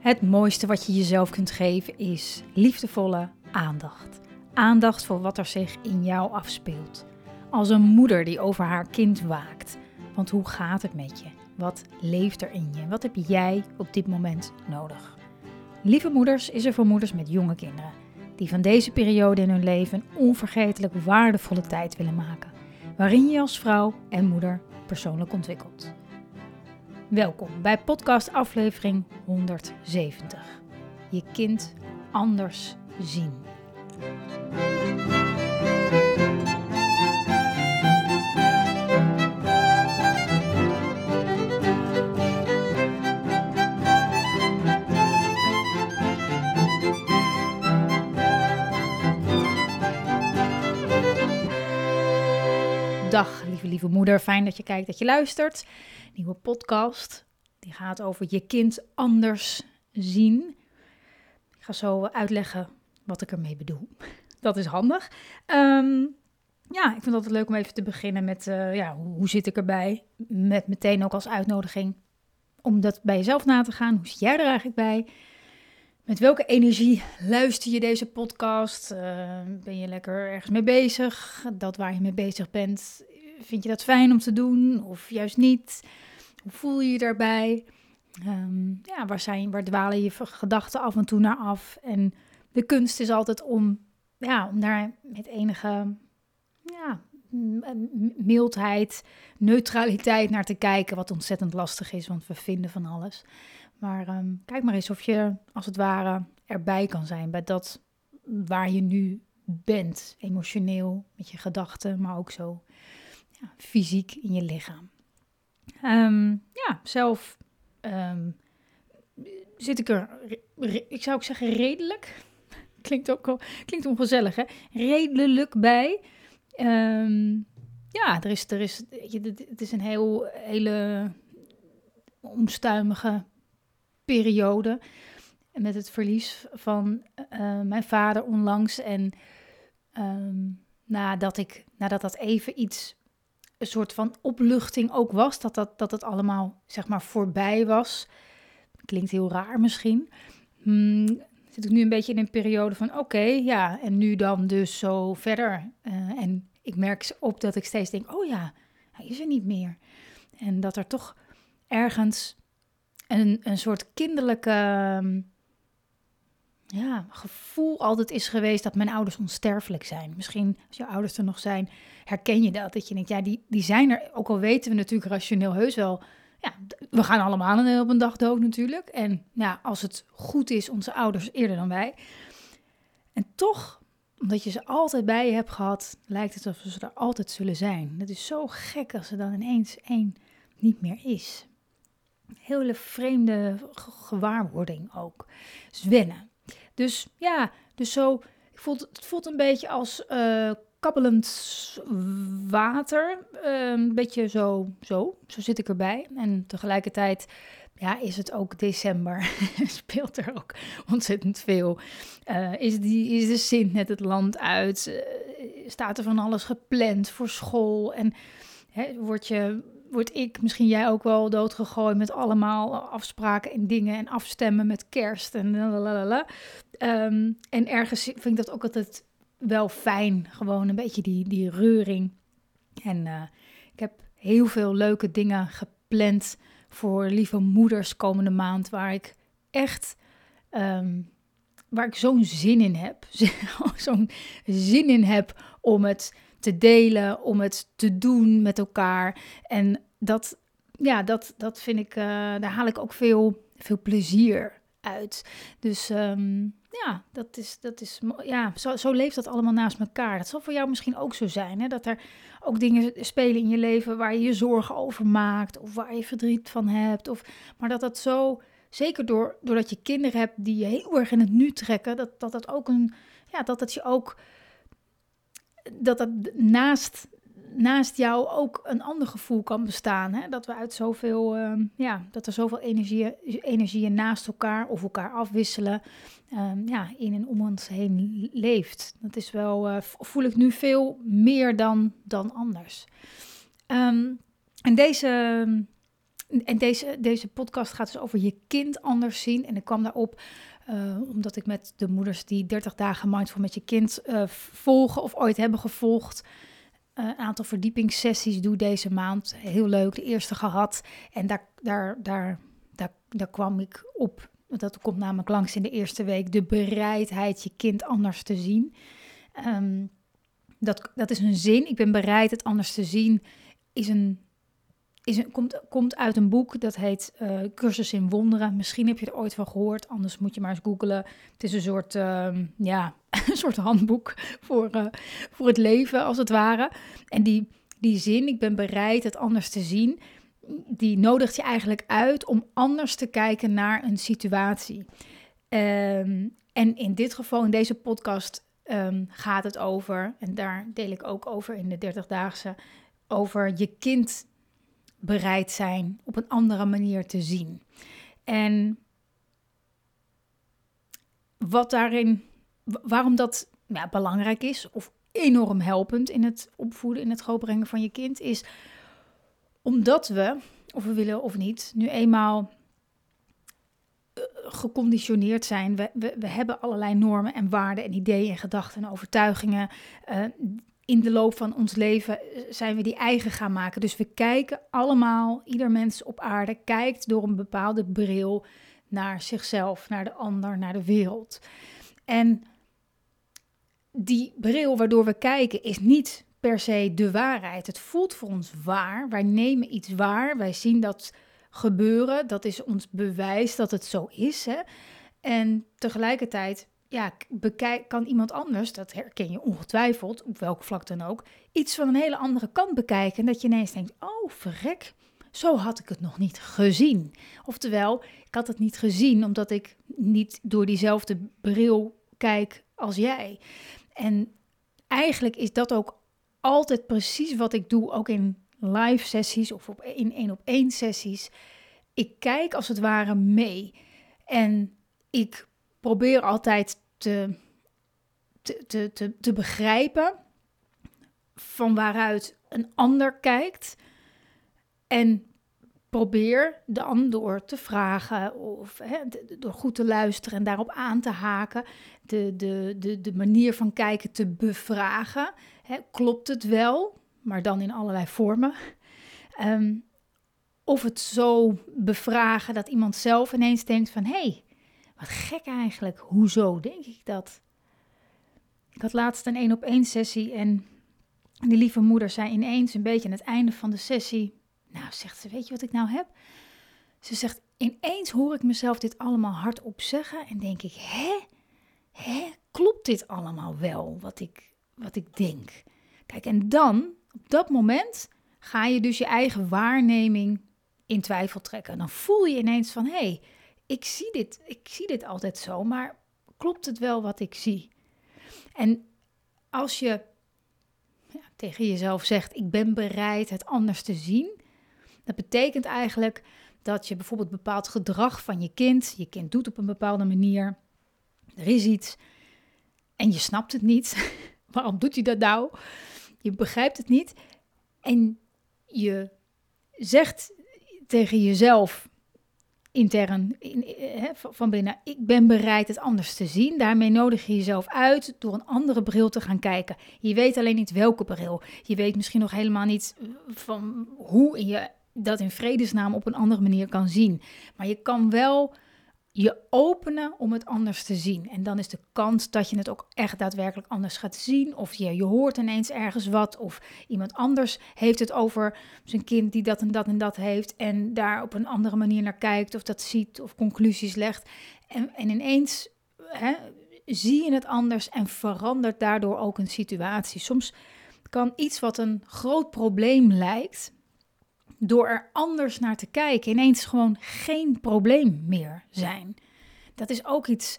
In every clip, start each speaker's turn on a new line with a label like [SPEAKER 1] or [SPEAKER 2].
[SPEAKER 1] Het mooiste wat je jezelf kunt geven is liefdevolle aandacht. Aandacht voor wat er zich in jou afspeelt. Als een moeder die over haar kind waakt. Want hoe gaat het met je? Wat leeft er in je? Wat heb jij op dit moment nodig? Lieve Moeders is er voor moeders met jonge kinderen. Die van deze periode in hun leven een onvergetelijk waardevolle tijd willen maken. Waarin je als vrouw en moeder persoonlijk ontwikkelt. Welkom bij podcast aflevering 170. Je kind anders zien. Dag lieve moeder, fijn dat je kijkt, dat je luistert. Nieuwe podcast, die gaat over je kind anders zien. Ik ga zo uitleggen wat ik ermee bedoel. Dat is handig. Ik vind het altijd leuk om even te beginnen met hoe zit ik erbij? Met meteen ook als uitnodiging om dat bij jezelf na te gaan. Hoe zit jij er eigenlijk bij? Met welke energie luister je deze podcast? Ben je lekker ergens mee bezig? Dat waar je mee bezig bent, vind je dat fijn om te doen of juist niet? Hoe voel je je daarbij? Waar dwalen je gedachten af en toe naar af? En de kunst is altijd om daar met enige mildheid, neutraliteit naar te kijken, wat ontzettend lastig is, want we vinden van alles. Maar kijk maar eens of je, als het ware, erbij kan zijn bij dat waar je nu bent. Emotioneel, met je gedachten, maar ook zo fysiek in je lichaam. Zelf zit ik er, ik zou ook zeggen redelijk. Klinkt ongezellig, hè? Redelijk bij. Het is een hele omstuimige periode met het verlies van mijn vader onlangs. En nadat dat even een soort van opluchting ook was, dat het allemaal zeg maar voorbij was. Klinkt heel raar misschien. Zit ik nu een beetje in een periode van en nu dan dus zo verder. En ik merk op dat ik steeds denk, hij is er niet meer. En dat er toch ergens een soort kinderlijke gevoel altijd is geweest dat mijn ouders onsterfelijk zijn. Misschien als je ouders er nog zijn, herken je dat. Dat je denkt, die zijn er, ook al weten we natuurlijk rationeel heus wel. Ja, we gaan allemaal op een dag dood natuurlijk. En als het goed is, onze ouders eerder dan wij. En toch, omdat je ze altijd bij je hebt gehad, lijkt het alsof ze er altijd zullen zijn. Het is zo gek als er dan ineens één niet meer is. Hele vreemde gewaarwording ook. Zwennen. Dus zo, het voelt een beetje als kabbelend water. Een beetje zo zit ik erbij. En tegelijkertijd is het ook december. Speelt er ook ontzettend veel. Is de Sint net het land uit? Staat er van alles gepland voor school? En word ik, misschien jij ook wel, doodgegooid met allemaal afspraken en dingen en afstemmen met kerst en lalalala. En ergens vind ik dat ook altijd wel fijn, gewoon een beetje die reuring. En ik heb heel veel leuke dingen gepland voor lieve moeders komende maand, waar ik echt, waar ik zo'n zin in heb. Zo'n zin in heb om het te delen, om het te doen met elkaar. En dat vind ik, daar haal ik ook veel plezier uit. Dus zo leeft dat allemaal naast elkaar. Dat zal voor jou misschien ook zo zijn, hè? Dat er ook dingen spelen in je leven waar je je zorgen over maakt, of waar je verdriet van hebt. Maar dat zo, zeker doordat je kinderen hebt die je heel erg in het nu trekken, dat ook dat naast jou ook een ander gevoel kan bestaan. Hè? Dat we uit zoveel, dat er zoveel energieën naast elkaar of elkaar afwisselen, in en om ons heen leeft. Dat is wel, voel ik nu veel meer dan anders. En En deze podcast gaat dus over je kind anders zien. En ik kwam daarop omdat ik met de moeders die 30 dagen mindful met je kind volgen of ooit hebben gevolgd, een aantal verdiepingssessies doe deze maand. Heel leuk, de eerste gehad. En daar kwam ik op. Dat komt namelijk langs in de eerste week. De bereidheid je kind anders te zien. Dat is een zin. Ik ben bereid het anders te zien. Komt uit een boek dat heet Cursus in Wonderen. Misschien heb je er ooit van gehoord. Anders moet je maar eens googlen. Het is een soort, een soort handboek voor het leven, als het ware. En die zin, ik ben bereid het anders te zien, die nodigt je eigenlijk uit om anders te kijken naar een situatie. En in dit geval, in deze podcast, gaat het over, en daar deel ik ook over in de 30-daagse, over je kind bereid zijn op een andere manier te zien. En waarom dat belangrijk is, of enorm helpend in het opvoeden, in het grootbrengen van je kind, is omdat we, of we willen of niet, nu eenmaal geconditioneerd zijn. We hebben allerlei normen en waarden en ideeën en gedachten en overtuigingen. In de loop van ons leven zijn we die eigen gaan maken. Dus we kijken allemaal, ieder mens op aarde kijkt door een bepaalde bril naar zichzelf, naar de ander, naar de wereld. En die bril waardoor we kijken is niet per se de waarheid. Het voelt voor ons waar. Wij nemen iets waar. Wij zien dat gebeuren. Dat is ons bewijs dat het zo is. Hè? En tegelijkertijd kan iemand anders, dat herken je ongetwijfeld, op welk vlak dan ook, iets van een hele andere kant bekijken. En dat je ineens denkt, oh verrek, zo had ik het nog niet gezien. Oftewel, ik had het niet gezien omdat ik niet door diezelfde bril kijk als jij. En eigenlijk is dat ook altijd precies wat ik doe, ook in live sessies of in 1-op-1 sessies. Ik kijk als het ware mee. En ik probeer altijd te begrijpen van waaruit een ander kijkt. En probeer dan door te vragen of door goed te luisteren en daarop aan te haken, de manier van kijken te bevragen. Klopt het wel, maar dan in allerlei vormen. Of het zo bevragen dat iemand zelf ineens denkt van, hé, wat gek eigenlijk, hoezo denk ik dat? Ik had laatst een 1-op-1 sessie en die lieve moeder zei ineens een beetje aan het einde van de sessie, nou, zegt ze, weet je wat ik nou heb? Ze zegt, ineens hoor ik mezelf dit allemaal hardop zeggen en denk ik, klopt dit allemaal wel wat ik denk? Kijk, en dan, op dat moment, ga je dus je eigen waarneming in twijfel trekken. Dan voel je ineens van, ik zie dit altijd zo, maar klopt het wel wat ik zie? En als je tegen jezelf zegt, ik ben bereid het anders te zien, dat betekent eigenlijk dat je bijvoorbeeld bepaald gedrag van je kind doet op een bepaalde manier, er is iets en je snapt het niet. Waarom doet hij dat nou? Je begrijpt het niet en je zegt tegen jezelf intern van binnen, ik ben bereid het anders te zien. Daarmee nodig je jezelf uit door een andere bril te gaan kijken. Je weet alleen niet welke bril. Je weet misschien nog helemaal niet van hoe je dat in vredesnaam op een andere manier kan zien. Maar je kan wel je openen om het anders te zien. En dan is de kans dat je het ook echt daadwerkelijk anders gaat zien. Of je hoort ineens ergens wat. Of iemand anders heeft het over zijn kind die dat en dat heeft. En daar op een andere manier naar kijkt. Of dat ziet of conclusies legt. En ineens zie je het anders en verandert daardoor ook een situatie. Soms kan iets wat een groot probleem lijkt, door er anders naar te kijken, ineens gewoon geen probleem meer zijn. Dat is ook iets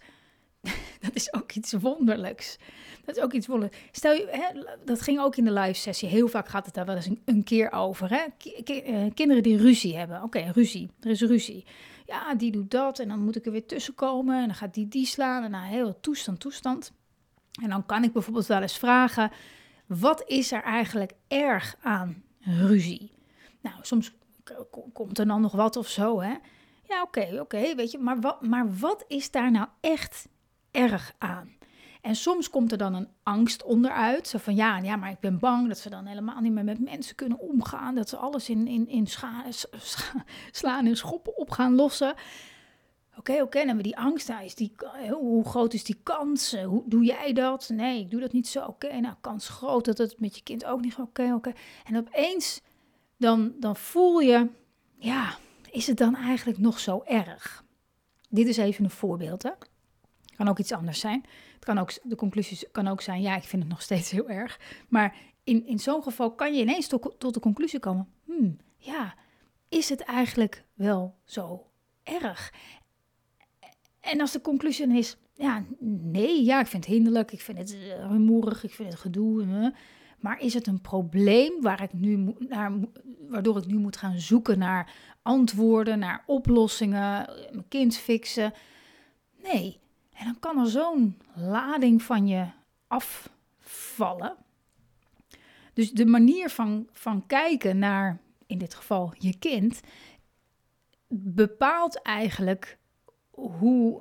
[SPEAKER 1] wonderlijks. Stel je, dat ging ook in de live sessie. Heel vaak gaat het daar wel eens een keer over. Hè? Kinderen die ruzie hebben. Oké, ruzie. Er is ruzie. Ja, die doet dat en dan moet ik er weer tussenkomen. En dan gaat die slaan en dan heel toestand. En dan kan ik bijvoorbeeld wel eens vragen, wat is er eigenlijk erg aan ruzie? Nou, soms komt er dan nog wat of zo, hè? Ja, oké, weet je, maar wat is daar nou echt erg aan? En soms komt er dan een angst onderuit. Zo van, ja, maar ik ben bang dat ze dan helemaal niet meer met mensen kunnen omgaan. Dat ze alles in slaan en schoppen op gaan lossen. Oké, dan hebben we die angst. Hoe groot is die kans? Hoe doe jij dat? Nee, ik doe dat niet zo. Oké, nou, kans groot dat het met je kind ook niet gaat. Oké. En opeens, dan voel je, ja, is het dan eigenlijk nog zo erg? Dit is even een voorbeeld, hè. Kan ook iets anders zijn. De conclusie kan ook zijn, ja, ik vind het nog steeds heel erg. Maar in zo'n geval kan je ineens tot de conclusie komen, ja, is het eigenlijk wel zo erg? En als de conclusie is, ja, nee, ja, ik vind het hinderlijk, ik vind het rumoerig, ik vind het gedoe. Maar is het een probleem waardoor ik nu moet gaan zoeken naar antwoorden, naar oplossingen, mijn kind fixen? Nee. En dan kan er zo'n lading van je afvallen. Dus de manier van kijken naar, in dit geval, je kind, bepaalt eigenlijk hoe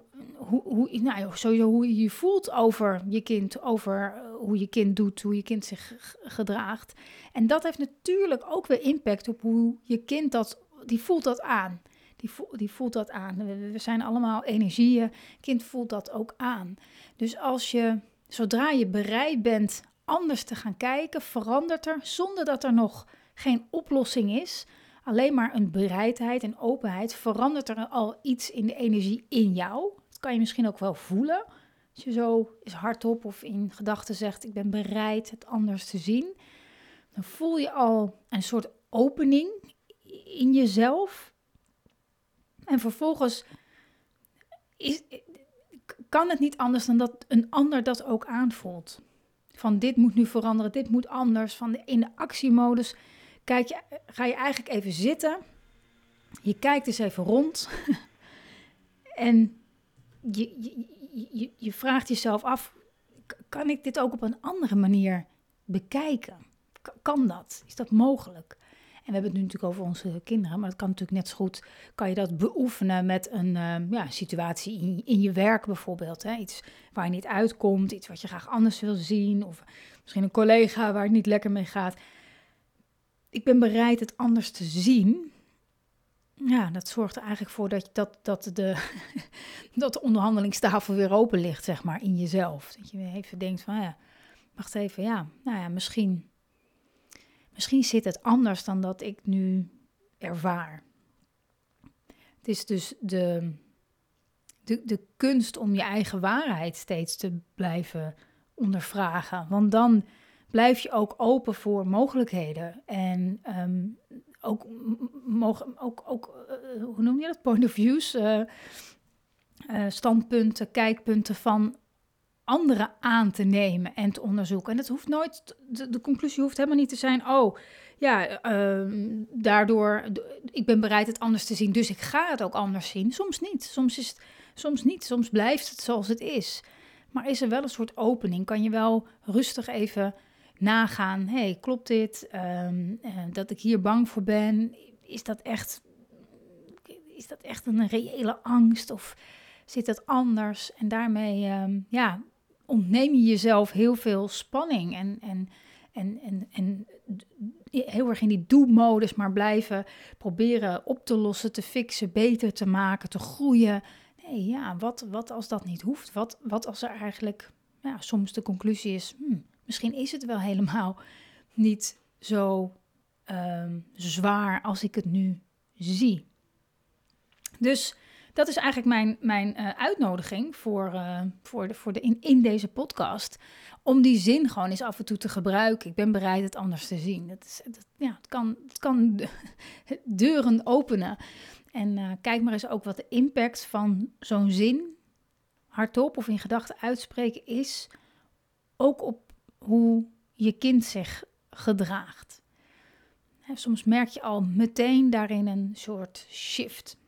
[SPEAKER 1] je je voelt over je kind, over hoe je kind doet, hoe je kind zich gedraagt. En dat heeft natuurlijk ook weer impact op hoe je kind die voelt dat aan. Die voelt dat aan. We zijn allemaal energieën. Kind voelt dat ook aan. Dus zodra je bereid bent anders te gaan kijken, verandert er, zonder dat er nog geen oplossing is, alleen maar een bereidheid en openheid, verandert er al iets in de energie in jou. Dat kan je misschien ook wel voelen. Als je zo eens hardop of in gedachten zegt, ik ben bereid het anders te zien, dan voel je al een soort opening in jezelf. En vervolgens kan het niet anders dan dat een ander dat ook aanvoelt. Van dit moet nu veranderen, dit moet anders. In de actiemodus ga je eigenlijk even zitten. Je kijkt eens even rond. En je vraagt jezelf af, kan ik dit ook op een andere manier bekijken? Kan dat? Is dat mogelijk? En we hebben het nu natuurlijk over onze kinderen, maar dat kan natuurlijk net zo goed, kan je dat beoefenen met een situatie in je werk bijvoorbeeld. Hè? Iets waar je niet uitkomt, iets wat je graag anders wil zien, of misschien een collega waar het niet lekker mee gaat. Ik ben bereid het anders te zien. Ja, dat zorgt er eigenlijk voor dat de onderhandelingstafel weer open ligt, zeg maar, in jezelf. Dat je weer even denkt van, ja, wacht even, ja, nou ja, misschien zit het anders dan dat ik nu ervaar. Het is dus de kunst om je eigen waarheid steeds te blijven ondervragen. Want dan blijf je ook open voor mogelijkheden. En hoe noem je dat? Point of views. Standpunten, kijkpunten van anderen aan te nemen en te onderzoeken. En dat hoeft nooit, de conclusie hoeft helemaal niet te zijn, daardoor, ik ben bereid het anders te zien, dus ik ga het ook anders zien. Soms niet, soms blijft het zoals het is. Maar is er wel een soort opening, kan je wel rustig even nagaan, klopt dit, dat ik hier bang voor ben, is dat echt een reële angst of zit dat anders? En daarmee, ontneem je jezelf heel veel spanning en heel erg in die do-modus maar blijven proberen op te lossen, te fixen, beter te maken, te groeien. Nee, ja, wat als dat niet hoeft? Wat als er eigenlijk, soms de conclusie is, misschien is het wel helemaal niet zo zwaar als ik het nu zie. Dus dat is eigenlijk mijn uitnodiging in deze podcast. Om die zin gewoon eens af en toe te gebruiken. Ik ben bereid het anders te zien. Het kan deuren openen. En kijk maar eens ook wat de impact van zo'n zin hardop of in gedachten uitspreken is. Ook op hoe je kind zich gedraagt. Soms merk je al meteen daarin een soort shift.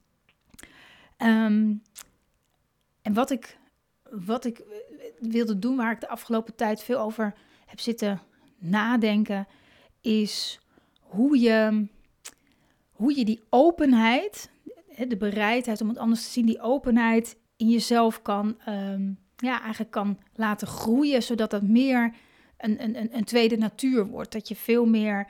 [SPEAKER 1] En wat ik wilde doen, waar ik de afgelopen tijd veel over heb zitten nadenken, is hoe hoe je die openheid, de bereidheid om het anders te zien, die openheid in jezelf kan, eigenlijk kan laten groeien, zodat dat meer een tweede natuur wordt. Dat je veel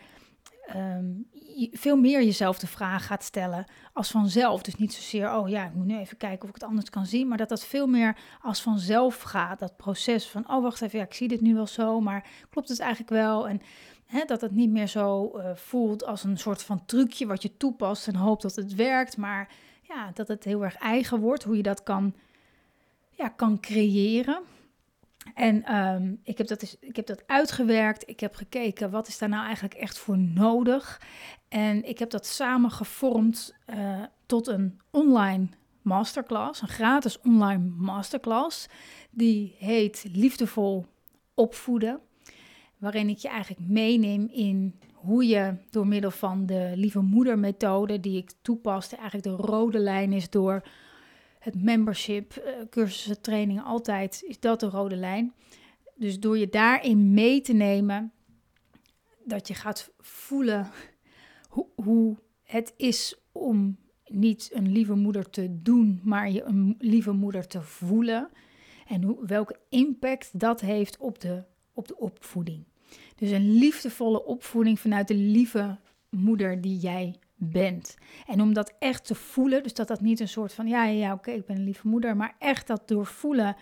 [SPEAKER 1] meer jezelf de vraag gaat stellen als vanzelf. Dus niet zozeer, ik moet nu even kijken of ik het anders kan zien, maar dat veel meer als vanzelf gaat. Dat proces van, wacht even, ik zie dit nu wel zo, maar klopt het eigenlijk wel? En dat het niet meer zo voelt als een soort van trucje wat je toepast en hoopt dat het werkt, maar ja, dat het heel erg eigen wordt, hoe je dat kan creëren. En ik heb dat uitgewerkt. Ik heb gekeken, wat is daar nou eigenlijk echt voor nodig? En ik heb dat samen gevormd tot een online masterclass, een gratis online masterclass. Die heet Liefdevol opvoeden. Waarin ik je eigenlijk meeneem in hoe je door middel van de Lieve Moeder methode die ik toepaste, eigenlijk de rode lijn is door het membership, cursussen, trainingen, altijd is dat de rode lijn. Dus door je daarin mee te nemen, dat je gaat voelen hoe het is om niet een lieve moeder te doen, maar je een lieve moeder te voelen. En welke impact dat heeft op de opvoeding. Dus een liefdevolle opvoeding vanuit de lieve moeder die jij bent. En om dat echt te voelen, dus dat niet een soort van, oké, ik ben een lieve moeder, maar echt dat doorvoelen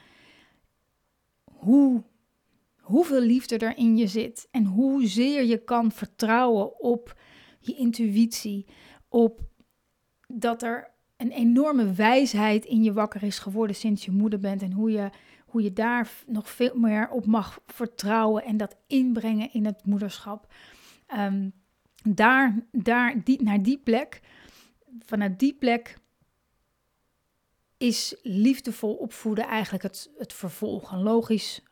[SPEAKER 1] hoeveel liefde er in je zit en hoezeer je kan vertrouwen op je intuïtie, op dat er een enorme wijsheid in je wakker is geworden sinds je moeder bent en hoe je daar nog veel meer op mag vertrouwen en dat inbrengen in het moederschap. Naar die plek, vanuit die plek is liefdevol opvoeden eigenlijk het vervolg. Een logisch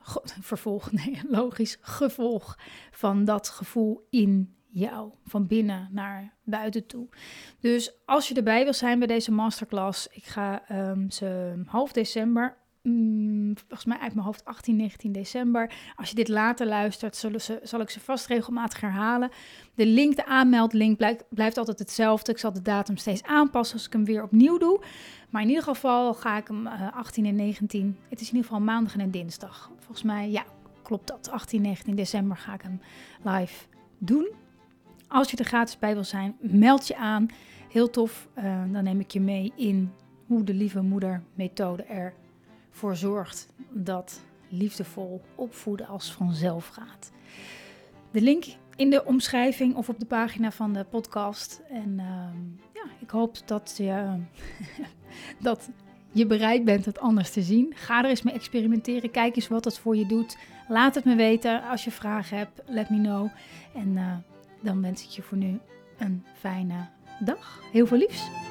[SPEAKER 1] gevolg van dat gevoel in jou. Van binnen naar buiten toe. Dus als je erbij wil zijn bij deze masterclass, ik ga ze half december, volgens mij uit mijn hoofd 18, 19 december. Als je dit later luistert, zal ik ze vast regelmatig herhalen. De aanmeldlink blijft altijd hetzelfde. Ik zal de datum steeds aanpassen als ik hem weer opnieuw doe. Maar in ieder geval ga ik hem 18 en 19, het is in ieder geval maandag en dinsdag. Volgens mij, ja, klopt dat. 18, 19 december ga ik hem live doen. Als je er gratis bij wil zijn, meld je aan. Heel tof, dan neem ik je mee in hoe de Lieve Moeder methode ervoor zorgt dat liefdevol opvoeden als vanzelf gaat. De link in de omschrijving of op de pagina van de podcast. En ik hoop dat je bereid bent het anders te zien. Ga er eens mee experimenteren. Kijk eens wat het voor je doet. Laat het me weten. Als je vragen hebt, let me know. En dan wens ik je voor nu een fijne dag. Heel veel liefs.